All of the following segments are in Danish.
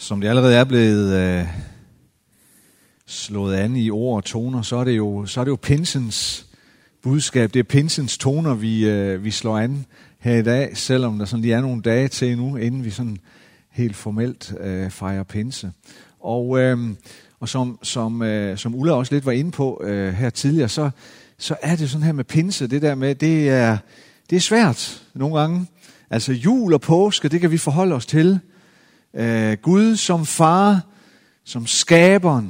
Som det allerede er blevet slået an i ord og toner, så er det jo pinsens budskab. Det er pinsens toner, vi slår an her i dag, selvom der sådan lige er nogle dage til endnu, inden vi sådan helt formelt fejrer pinse. Og som Ulla også lidt var inde på her tidligere, så er det sådan her med pinse, det der med, det er svært nogle gange. Altså jul og påske, det kan vi forholde os til. Gud som far, som skaberen,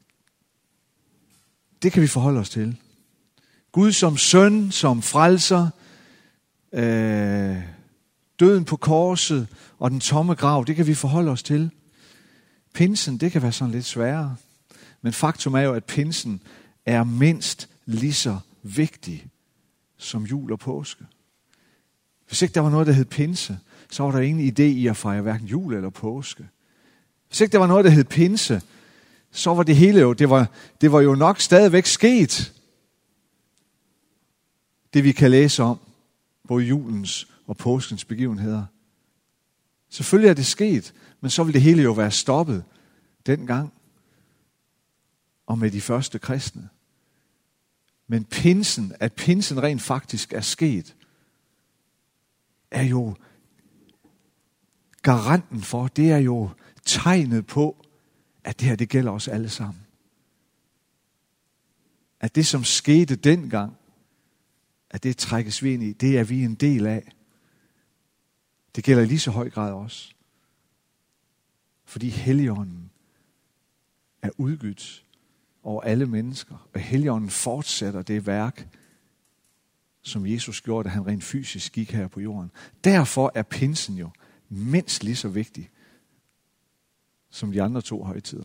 det kan vi forholde os til. Gud som søn, som frelser, døden på korset og den tomme grav, det kan vi forholde os til. Pinsen, det kan være sådan lidt sværere. Men faktum er jo, at pinsen er mindst lige så vigtig som jul og påske. Hvis ikke der var noget, der hed pinse, så var der ingen idé i at fejre hverken jul eller påske. Hvis ikke der var noget, der hed pinse, så var det hele jo, det var jo nok stadigvæk sket. Det vi kan læse om, både julens og påskens begivenheder. Selvfølgelig er det sket, men så vil det hele jo være stoppet dengang. Og med de første kristne. Men at pinsen rent faktisk er sket, er jo garanten for, det er jo tegnet på, at det her, det gælder os alle sammen. At det, som skete dengang, at det trækkes vi ind i, det er vi en del af. Det gælder i lige så høj grad også. Fordi Helligånden er udgydt over alle mennesker, og Helligånden fortsætter det værk, som Jesus gjorde, da han rent fysisk gik her på jorden. Derfor er pinsen jo mindst lige så vigtig som de andre to højtider.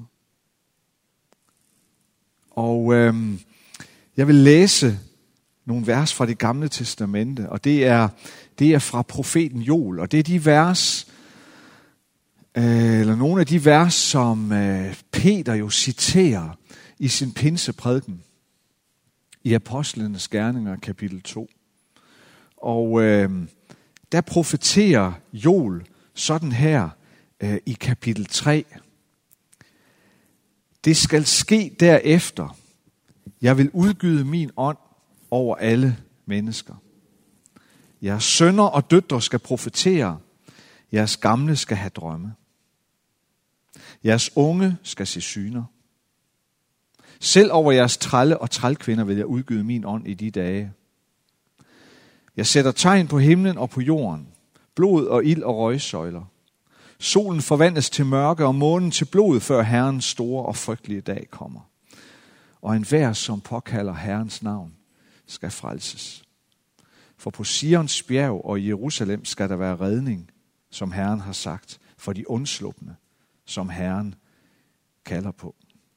Og jeg vil læse nogle vers fra Det Gamle Testamente, og det er fra profeten Joel, og det er de vers, eller nogle af de vers, som Peter jo citerer i sin pinseprædiken i Apostlenes Gerninger kapitel 2. Og der profeterer Joel sådan her i kapitel 3. Det skal ske derefter. Jeg vil udgyde min ånd over alle mennesker. Jeres sønner og døtre skal profetere. Jeres gamle skal have drømme. Jeres unge skal se syner. Selv over jeres trælle og trælkvinder vil jeg udgyde min ånd i de dage. Jeg sætter tegn på himlen og på jorden, blod og ild og røgsøjler. Solen forvandles til mørke og månen til blod, før Herrens store og frygtelige dag kommer. Og enhver, som påkalder Herrens navn, skal frelses. For på Sions bjerg og i Jerusalem skal der være redning, som Herren har sagt, for de undslupne, som Herren kalder på.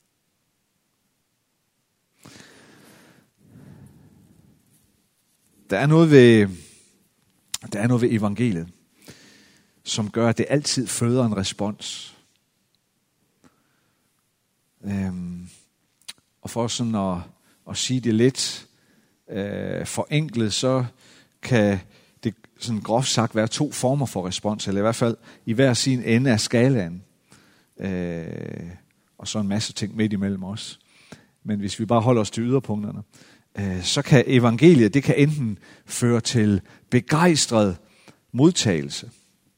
Der er noget ved evangeliet, som gør, at det altid føder en respons. Og for sådan at sige det lidt forenklet, så kan det sådan groft sagt være to former for respons, eller i hvert fald i hver sin ende af skalaen. Og så en masse ting midt imellem os. Men hvis vi bare holder os til yderpunkterne, så kan evangeliet, det kan enten føre til begejstret modtagelse,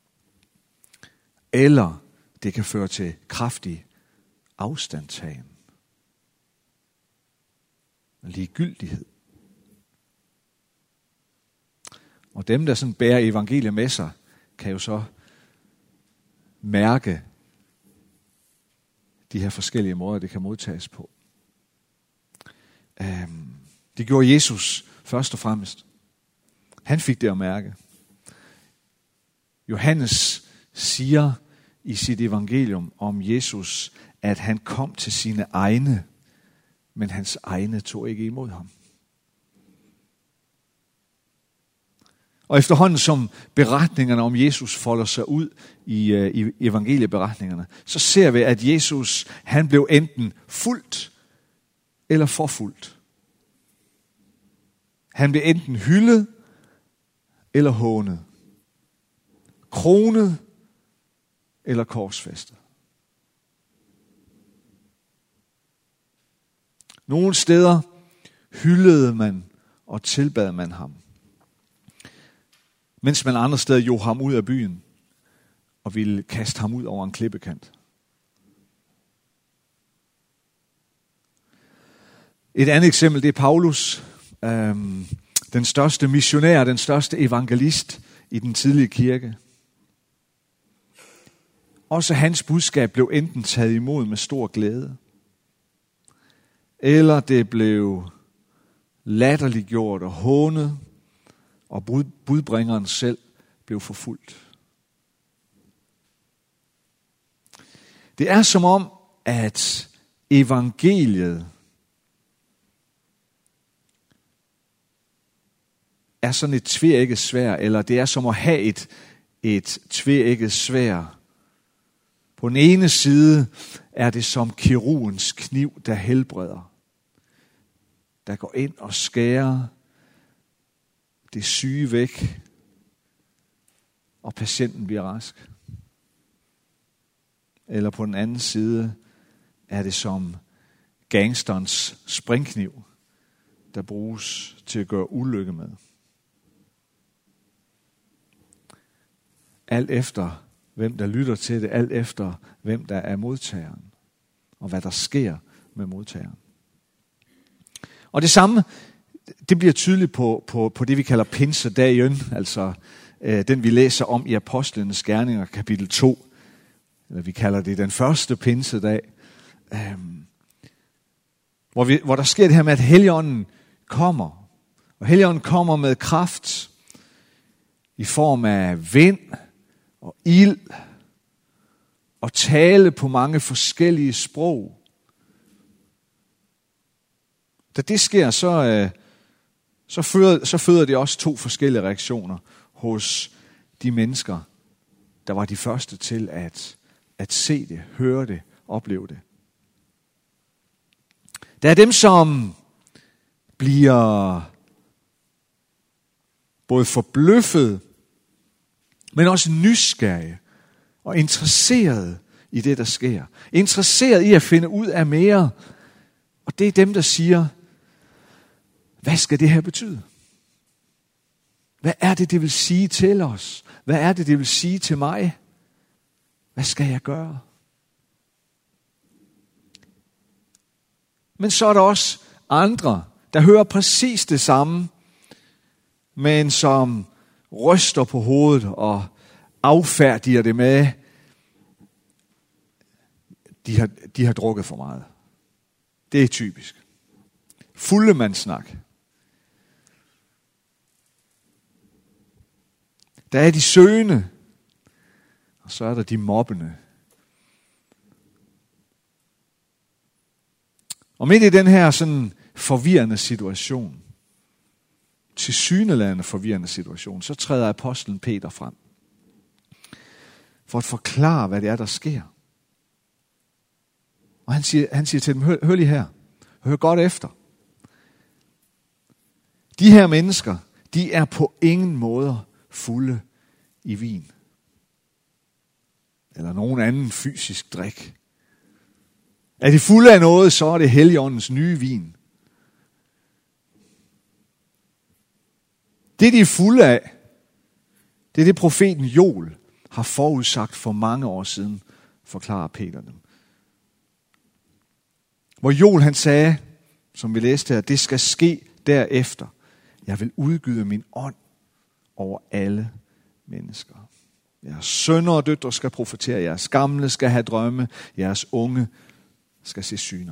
eller det kan føre til kraftig afstandtagen, ligegyldighed. Og dem, der sådan bærer evangeliet med sig, kan jo så mærke de her forskellige måder, det kan modtages på. Det gjorde Jesus først og fremmest. Han fik det at mærke. Johannes siger i sit evangelium om Jesus, at han kom til sine egne, men hans egne tog ikke imod ham. Og efterhånden som beretningerne om Jesus folder sig ud i evangelieberetningerne, så ser vi, at Jesus, han blev enten fulgt eller forfulgt. Han blev enten hyldet eller hånet. Kronet eller korsfæstet. Nogle steder hyldede man og tilbad man ham, mens man andre steder jog ham ud af byen og ville kaste ham ud over en klippekant. Et andet eksempel, det er Paulus, den største missionær, den største evangelist i den tidlige kirke. Også hans budskab blev enten taget imod med stor glæde, eller det blev latterliggjort og hånet, og budbringeren selv blev forfulgt. Det er som om, at evangeliet er sådan et tveægget sværd, eller det er som at have et tveægget sværd. På den ene side er det som kirurgens kniv, der helbreder, der går ind og skærer det syge væk, og patienten bliver rask. Eller på den anden side er det som gangsterens springkniv, der bruges til at gøre ulykke med. Alt efter hvem der lytter til det, alt efter hvem der er modtageren, og hvad der sker med modtageren. Og det samme, det bliver tydeligt på det, vi kalder pinsedagen, altså den, vi læser om i Apostlenes Gerninger, kapitel 2, eller vi kalder det den første pinsedag, hvor der sker det her med, at Helligånden kommer, og Helligånden kommer med kraft i form af vind og ild, og tale på mange forskellige sprog. Da det sker, så føder det også to forskellige reaktioner hos de mennesker, der var de første til at se det, høre det, opleve det. Der er dem, som bliver både forbløffet, men også nysgerrige og interesseret i det, der sker. Interesseret i at finde ud af mere. Og det er dem, der siger, hvad skal det her betyde? Hvad er det, det vil sige til os? Hvad er det, det vil sige til mig? Hvad skal jeg gøre? Men så er der også andre, der hører præcis det samme, men som ryster på hovedet og affærdiger det med, de har drukket for meget. Det er typisk. Fuldemandssnak. Der er de søgende, og så er der de mobbende. Og midt i den her sådan forvirrende situation, tilsyneladende forvirrende situation, så træder apostlen Peter frem for at forklare, hvad det er, der sker. Og han siger til dem, hør lige her, hør godt efter. De her mennesker, de er på ingen måder fulde i vin. Eller nogen anden fysisk drik. Er de fulde af noget, så er det Helligåndens nye vin. Det, de er fulde af, det er det, profeten Joel har forudsagt for mange år siden, forklarer Peter dem. Hvor Joel han sagde, som vi læste her, det skal ske derefter. Jeg vil udgyde min ånd over alle mennesker. Jeres sønner og døtre skal profetere, jeres gamle skal have drømme, jeres unge skal se syner.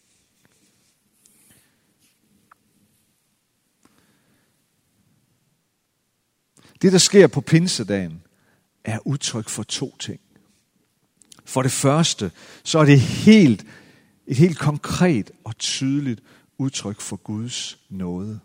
Det, der sker på pinsedagen, er udtryk for to ting. For det første, så er det et helt konkret og tydeligt udtryk for Guds nåde.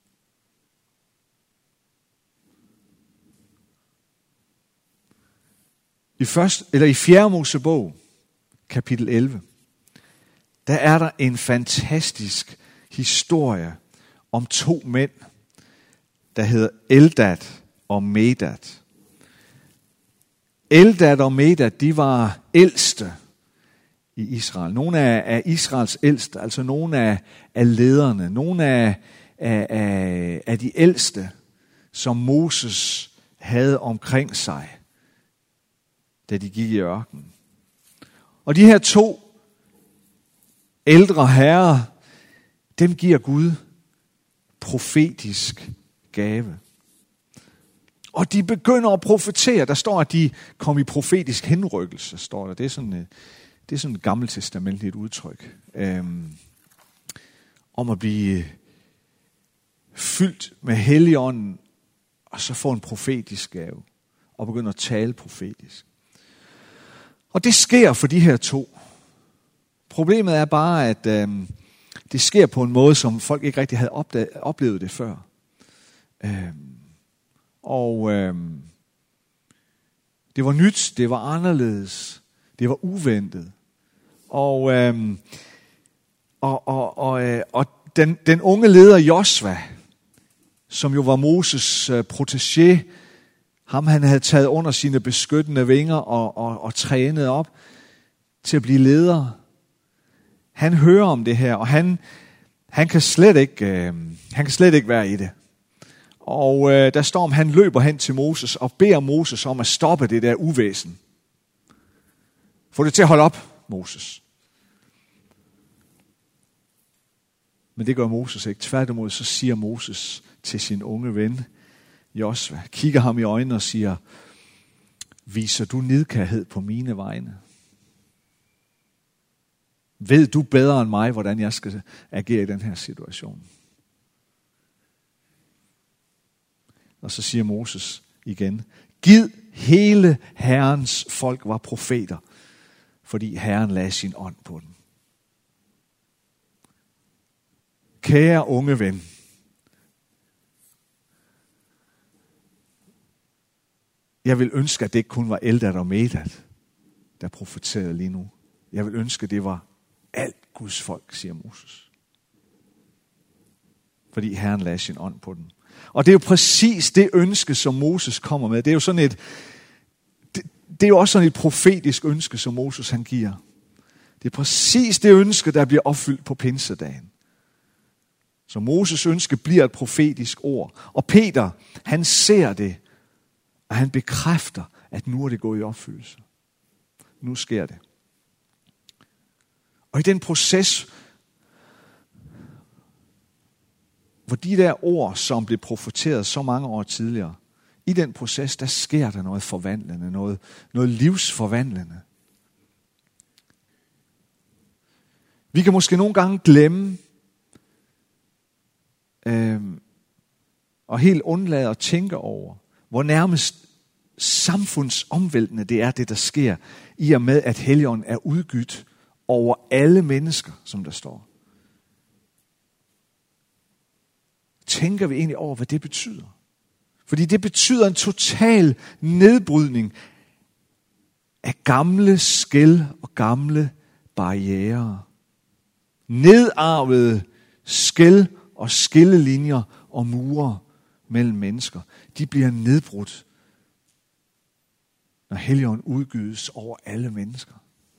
I 4. Mosebog, kapitel 11, der er der en fantastisk historie om to mænd, der hedder Eldad og Medad. Eldad og Medad, de var ældste i Israel. Nogle af Israels ældste, altså nogle af lederne, nogle af de ældste, som Moses havde omkring sig, da de gik i ørkenen. Og de her 2 ældre herrer, dem giver Gud profetisk gave. Og de begynder at profetere. Der står, at de kom i profetisk henrykkelse, står der. Det er sådan et gammeltestamentligt udtryk. Om at blive fyldt med Helligånden, og så få en profetisk gave. Og begynde at tale profetisk. Og det sker for de her 2. Problemet er bare, at det sker på en måde, som folk ikke rigtig havde oplevet det før. Det var nyt, det var anderledes, det var uventet. Og den unge leder Josva, som jo var Moses protégé, ham han havde taget under sine beskyttende vinger og trænet op til at blive leder. Han hører om det her, og han kan slet ikke være i det. Og der står om, han løber hen til Moses og beder Moses om at stoppe det der uvæsen. Få det til at holde op, Moses. Men det gør Moses ikke. Tværtimod så siger Moses til sin unge ven, Josva, kigger ham i øjnene og siger, viser du nidkærhed på mine vegne? Ved du bedre end mig, hvordan jeg skal agere i den her situation? Og så siger Moses igen, gid hele Herrens folk var profeter, fordi Herren lagde sin ånd på dem. Kære unge ven, jeg vil ønske, at det ikke kun var Eldad og Medad, der profeterede lige nu. Jeg vil ønske, at det var alt Guds folk, siger Moses. Fordi Herren lagde sin ånd på dem. Og det er jo præcis det ønske, som Moses kommer med. Det er jo sådan det er jo også sådan et profetisk ønske, som Moses han giver. Det er præcis det ønske, der bliver opfyldt på pinsedagen. Så Moses ønske bliver et profetisk ord. Og Peter, han ser det, og han bekræfter, at nu er det gået i opfyldelse. Nu sker det. Og i den proces, hvor de der ord, som blev profeteret så mange år tidligere, i den proces, der sker der noget forvandlende, noget livsforvandlende. Vi kan måske nogle gange glemme, og helt undlade at tænke over, hvor nærmest samfundsomvæltende det er, det der sker, i og med, at Helligånden er udgydt over alle mennesker, som der står. Tænker vi egentlig over, hvad det betyder? Fordi det betyder en total nedbrydning af gamle skel og gamle barrierer. Nedarvede skel og skillelinjer og mure mellem mennesker. De bliver nedbrudt, når Helligånden udgydes over alle mennesker.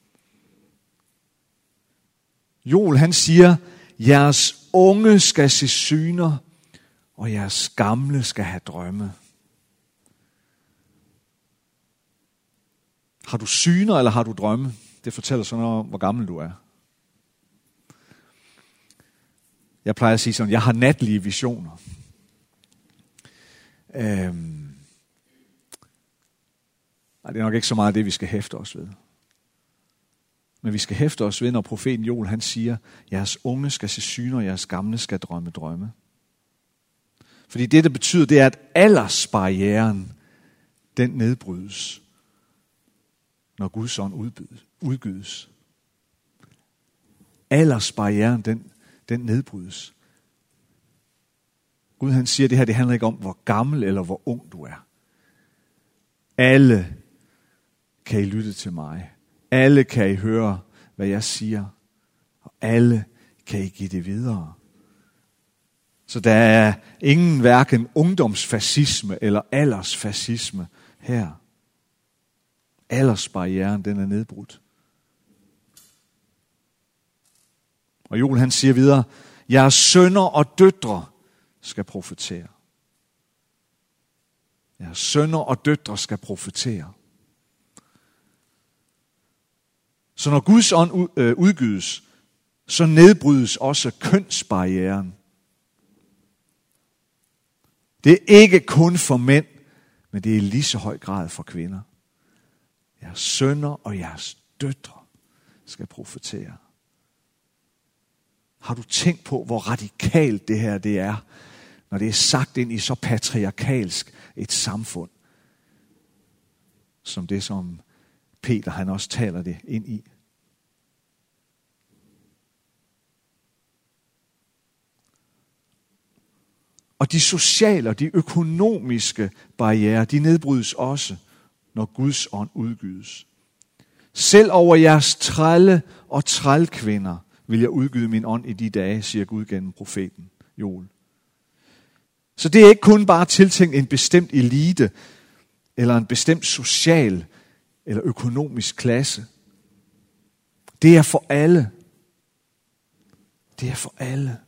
Joel han siger, jeres unge skal se syner, og jeres gamle skal have drømme. Har du syner, eller har du drømme? Det fortæller sådan noget om, hvor gammel du er. Jeg plejer at sige sådan, jeg har natlige visioner. Det er nok ikke så meget det, vi skal hæfte os ved. Men vi skal hæfte os ved, når profeten Joel han siger, jeres unge skal se syner, og jeres gamle skal drømme drømme. Fordi det, der betyder, det er, at aldersbarrieren, den nedbrydes, når Guds ånd udgydes. Aldersbarrieren, den nedbrydes. Gud han siger, det her, det handler ikke om, hvor gammel eller hvor ung du er. Alle kan I lytte til mig. Alle kan I høre, hvad jeg siger. Og alle kan I give det videre. Så der er ingen hverken ungdomsfascisme eller aldersfascisme her. Aldersbarrieren, den er nedbrudt. Og Joel han siger videre, jeres sønner og døtre skal profetere. Jeres sønner og døtre skal profetere. Så når Guds ånd udgydes, så nedbrydes også kønsbarrieren. Det er ikke kun for mænd, men det er i lige så høj grad for kvinder. Jeres sønner og jeres døtre skal profetere. Har du tænkt på, hvor radikalt det her det er, når det er sagt ind i så patriarkalsk et samfund, som det, som Peter han også taler det ind i. Og de sociale og de økonomiske barrierer, de nedbrydes også, når Guds ånd udgydes. Selv over jeres trælle og trælkvinder vil jeg udgyde min ånd i de dage, siger Gud gennem profeten Joel. Så det er ikke kun bare tiltænkt en bestemt elite, eller en bestemt social eller økonomisk klasse. Det er for alle. Det er for alle.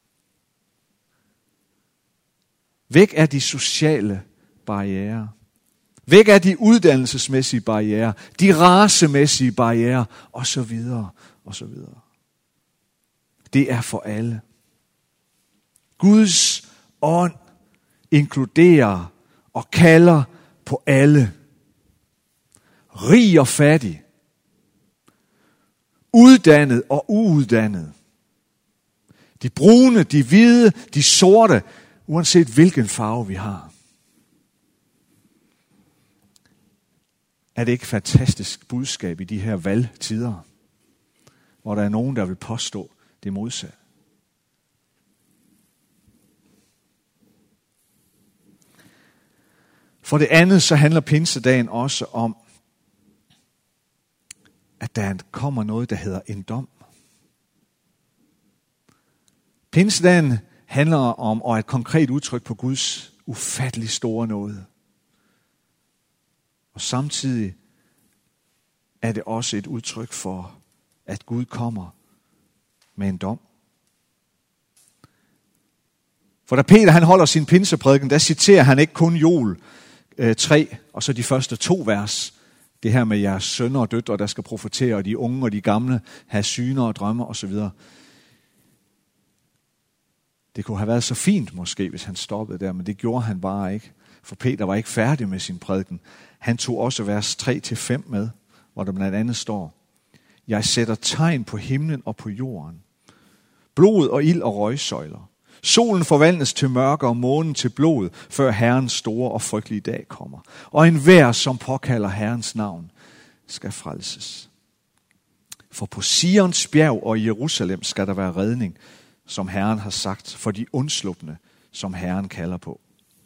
Væk er de sociale barrierer. Væk er de uddannelsesmæssige barrierer, de racemæssige barrierer, osv. osv. Det er for alle. Guds ånd inkluderer og kalder på alle. Rig og fattig. Uddannet og uuddannet. De brune, de hvide, de sorte, uanset hvilken farve vi har. Er det ikke et fantastisk budskab i de her valgtider, hvor der er nogen, der vil påstå det modsatte? For det andet, så handler pinsedagen også om, at der kommer noget, der hedder en dom. Pinsedagen handler om, og er et konkret udtryk på Guds ufattelig store nåde. Og samtidig er det også et udtryk for, at Gud kommer med en dom. For da Peter han holder sin pinseprædiken, der citerer han ikke kun Joel 3, og så de første 2 vers. Det her med jeres sønner og døtre, der skal profetere, og de unge og de gamle have syner og drømmer osv. Det kunne have været så fint måske, hvis han stoppede der, men det gjorde han bare ikke. For Peter var ikke færdig med sin prædiken. Han tog også vers 3-5 med, hvor der blandt andet står: jeg sætter tegn på himlen og på jorden. Blod og ild og røgsøjler. Solen forvandles til mørke og månen til blod, før Herrens store og frygtelige dag kommer. Og enhver, som påkalder Herrens navn, skal frelses. For på Sions bjerg og i Jerusalem skal der være redning, som Herren har sagt, for de undslupne, som Herren kalder på.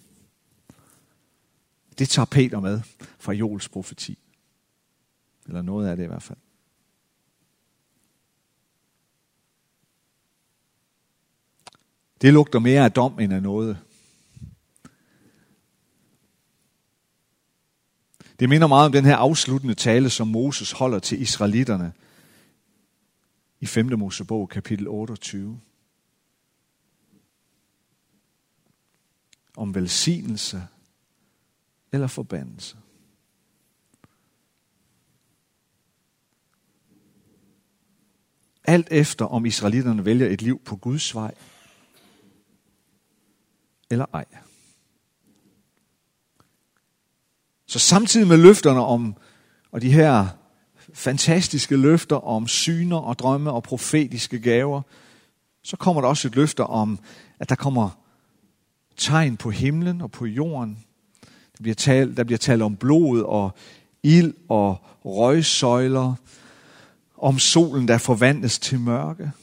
Det tager Peter med fra Joels profeti. Eller noget af det i hvert fald. Det lugter mere af dom end af noget. Det minder meget om den her afsluttende tale, som Moses holder til israelitterne i 5. Mosebog, kapitel 28. Om velsignelse eller forbandelse. Alt efter om israelitterne vælger et liv på Guds vej eller ej. Så samtidig med løfterne om, og de her fantastiske løfter om syner og drømme og profetiske gaver, så kommer der også et løfte om, at der kommer tegn på himlen og på jorden. Der bliver talt om blod og ild og røgsøjler, om solen, der forvandles til mørke.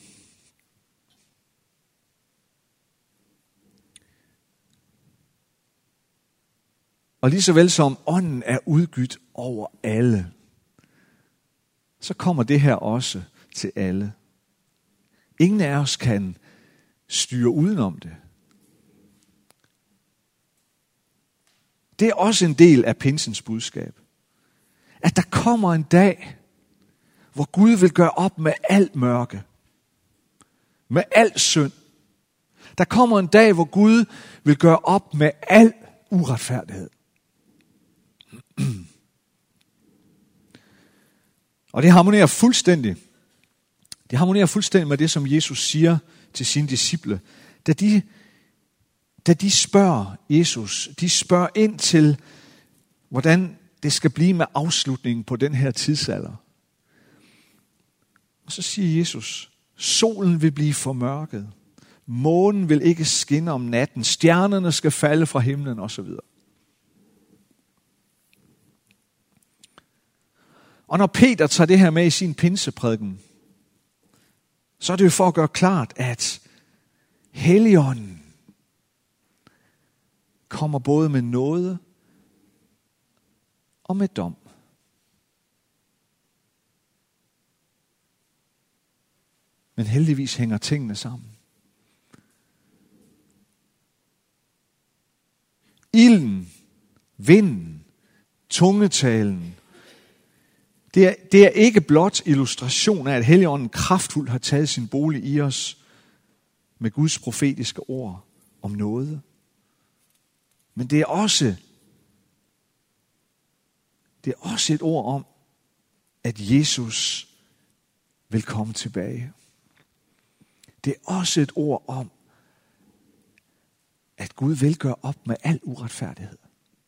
Og lige så vel som ånden er udgydt over alle, så kommer det her også til alle. Ingen af os kan styre udenom det. Det er også en del af pinsens budskab. At der kommer en dag, hvor Gud vil gøre op med alt mørke. med al synd. Der kommer en dag, hvor Gud vil gøre op med al uretfærdighed. Og det harmonerer fuldstændig. Det harmonerer fuldstændig med det, som Jesus siger til sine disciple. Da de spørger Jesus, de spørger ind til, hvordan det skal blive med afslutningen på den her tidsalder. Og så siger Jesus, solen vil blive formørket. Månen vil ikke skinne om natten. Stjernerne skal falde fra himlen osv. Og når Peter tager det her med i sin pinseprædiken, så er det jo for at gøre klart, at Helligånden kommer både med nåde og med dom. Men heldigvis hænger tingene sammen. Ilden, vinden, tungetalen, det er ikke blot illustration af, at Helligånden kraftfuldt har taget sin bolig i os med Guds profetiske ord om noget. Men det er også et ord om, at Jesus vil komme tilbage. Det er også et ord om, at Gud vil gøre op med al uretfærdighed.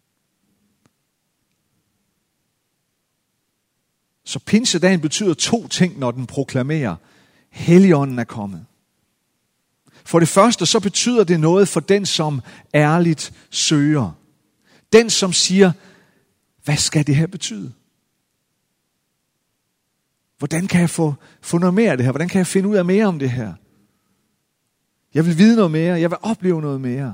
Så pinsedagen betyder 2 ting, når den proklamerer, Helligånden er kommet. For det første, så betyder det noget for den, som ærligt søger. Den, som siger, hvad skal det her betyde? Hvordan kan jeg få noget mere af det her? Hvordan kan jeg finde ud af mere om det her? Jeg vil vide noget mere. Jeg vil opleve noget mere.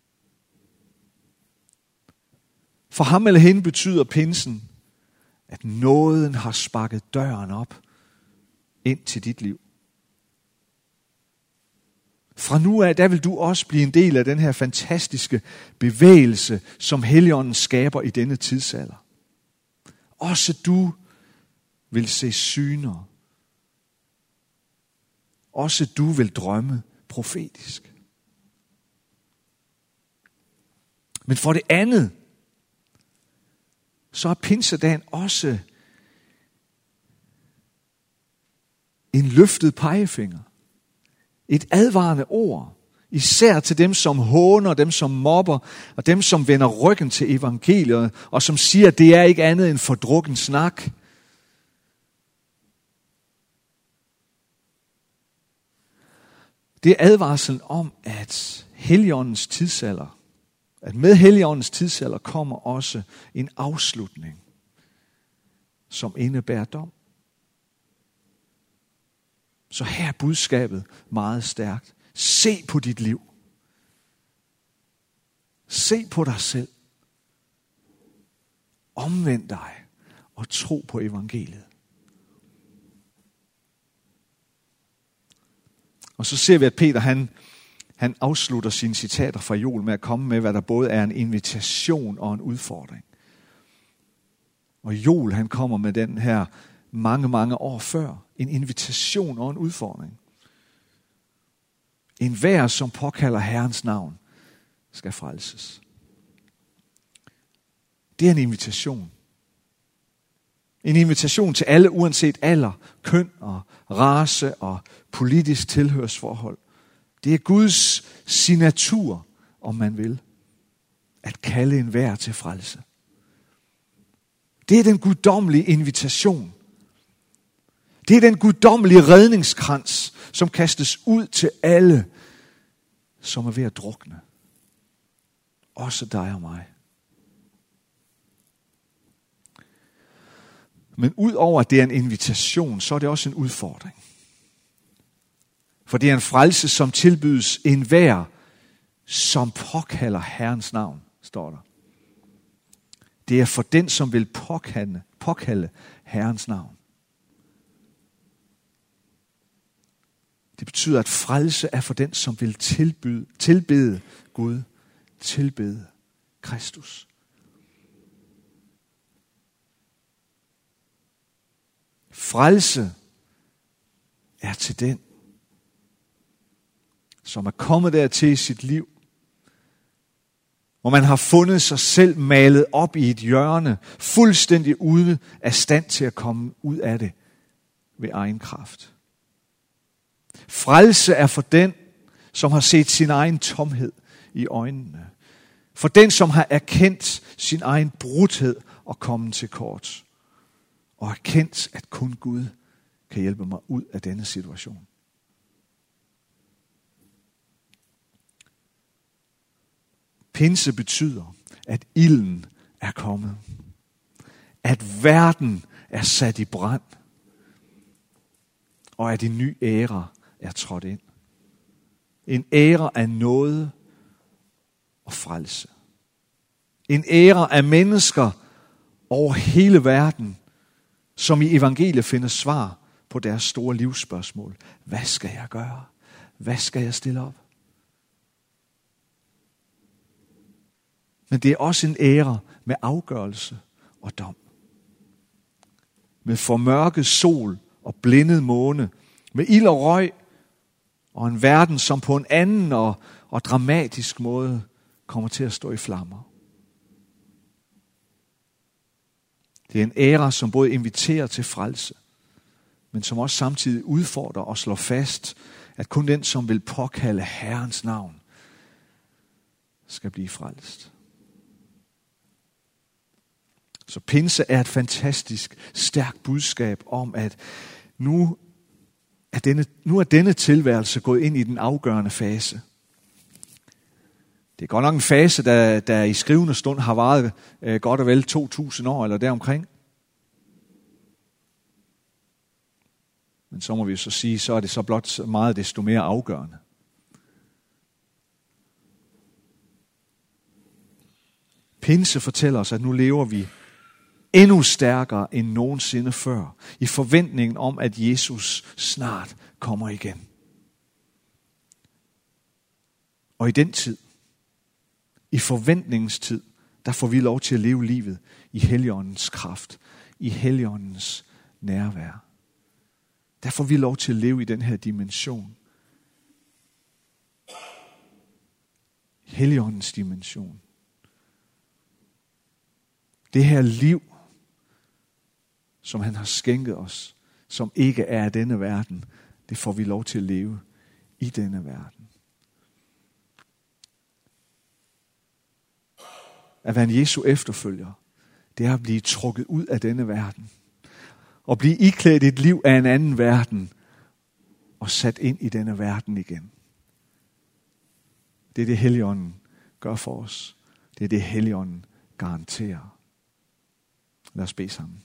For ham eller hende betyder pinsen, at nåden har sparket døren op ind til dit liv. Fra nu af, der vil du også blive en del af den her fantastiske bevægelse, som Helligånden skaber i denne tidsalder. Også du vil se syner. Også du vil drømme profetisk. Men for det andet, så er pinsedagen også en løftet pegefinger. Et advarende ord. Især til dem, som håner, dem som mobber, og dem, som vender ryggen til evangeliet, og som siger, at det er ikke andet end fordrukken snak. Det er advarslen om, at Helligåndens tidsalder, at med Helligåndens tidsalder kommer også en afslutning, som indebærer dom. Så her er budskabet meget stærkt. Se på dit liv. Se på dig selv. Omvend dig og tro på evangeliet. Og så ser vi, at Peter han afslutter sine citater fra Joel med at komme med, hvad der både er en invitation og en udfordring. Og Joel han kommer med den her mange år før. En invitation og en udfordring. En hver, som påkalder Herrens navn, skal frelses. Det er en invitation. En invitation til alle, uanset alder, køn og race og politisk tilhørsforhold. Det er Guds signatur, om man vil, at kalde enhver til frelse. Det er den guddommelige invitation. Det er den guddommelige redningskrans, som kastes ud til alle, som er ved at drukne. Også dig og mig. Men ud over at det er en invitation, så er det også en udfordring. For det er en frelse, som tilbydes enhver, som påkalder Herrens navn, står der. Det er for den, som vil påkalde Herrens navn. Det betyder, at frelse er for den, som vil tilbede Gud, tilbede Kristus. Frelse er til den, som er kommet dertil i sit liv, hvor man har fundet sig selv malet op i et hjørne, fuldstændig ude af stand til at komme ud af det ved egen kraft. Frelse er for den, som har set sin egen tomhed i øjnene. For den, som har erkendt sin egen brudhed og kommet til kort. Og erkendt, at kun Gud kan hjælpe mig ud af denne situation. Pinse betyder, at ilden er kommet. At verden er sat i brand. Og at en ny æra er trådt ind. En æra af nåde og frelse. En æra af mennesker over hele verden, som i evangeliet finder svar på deres store livsspørgsmål. Hvad skal jeg gøre? Hvad skal jeg stille op? Men det er også en æra med afgørelse og dom. Med formørket sol og blindet måne. Med ild og røg. Og en verden, som på en anden og dramatisk måde kommer til at stå i flammer. Det er en æra, som både inviterer til frelse, men som også samtidig udfordrer og slår fast, at kun den, som vil påkalde Herrens navn, skal blive frelst. Så pinse er et fantastisk, stærkt budskab om, at nu er denne tilværelse gået ind i den afgørende fase. Det er godt nok en fase, der i skrivende stund har varet godt og vel 2000 år eller deromkring. Men så må vi så sige, så er det så blot meget desto mere afgørende. Pinse fortæller os, at nu lever vi endnu stærkere end nogensinde før, i forventningen om, at Jesus snart kommer igen. Og i den tid, i forventningens tid, der får vi lov til at leve livet i Helligåndens kraft, i Helligåndens nærvær. Der får vi lov til at leve i den her dimension. Helligåndens dimension. Det her liv, som han har skænket os, som ikke er af denne verden, det får vi lov til at leve i denne verden. At være en Jesu efterfølger, det er at blive trukket ud af denne verden. Og blive iklædt et liv af en anden verden. Og sat ind i denne verden igen. Det er det Helligånden gør for os. Det er det Helligånden garanterer. Lad os bede sammen.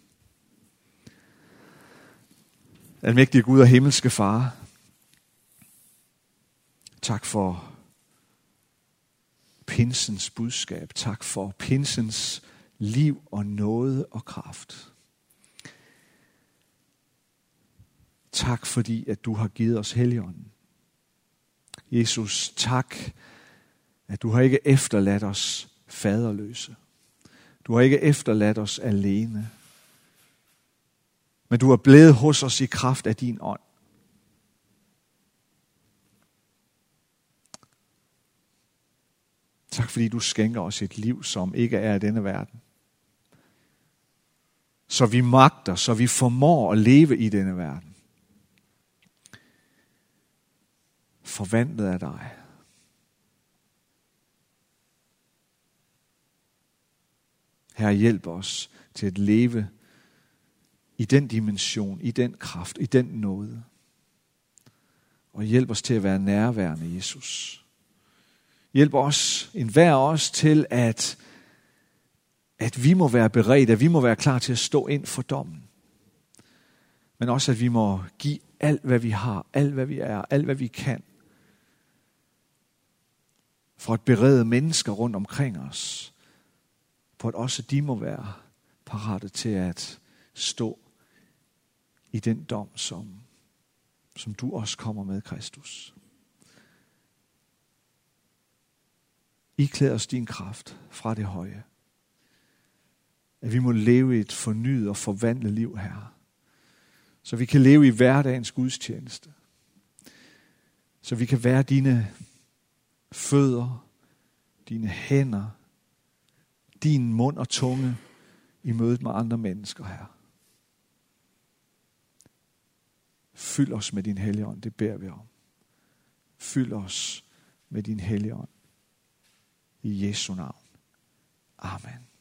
Almægtige Gud og himmelske Far, tak for pinsens budskab. Tak for pinsens liv og nåde og kraft. Tak fordi, at du har givet os Helligånden. Jesus, tak, at du har ikke efterladt os faderløse. Du har ikke efterladt os alene. Men du er blevet hos os i kraft af din ånd. Tak fordi du skænker os et liv, som ikke er af denne verden. Så vi magter, så vi formår at leve i denne verden. Forvandlet af dig. Herre, hjælp os til at leve i den dimension, i den kraft, i den nåde. Og hjælp os til at være nærværende, Jesus. Hjælp os, enhver os, til at vi må være beredt, at vi må være klar til at stå ind for dommen. Men også, at vi må give alt, hvad vi har, alt, hvad vi er, alt, hvad vi kan. For at berede mennesker rundt omkring os. For at også de må være parate til at stå i den dom, som du også kommer med, Kristus. Iklæd os din kraft fra det høje. At vi må leve et fornyet og forvandlet liv, Herre. Så vi kan leve i hverdagens gudstjeneste. Så vi kan være dine fødder, dine hænder, din mund og tunge i mødet med andre mennesker, Herre. Fyld os med din Helligånd, det beder vi om. Fyld os med din Helligånd. I Jesu navn. Amen.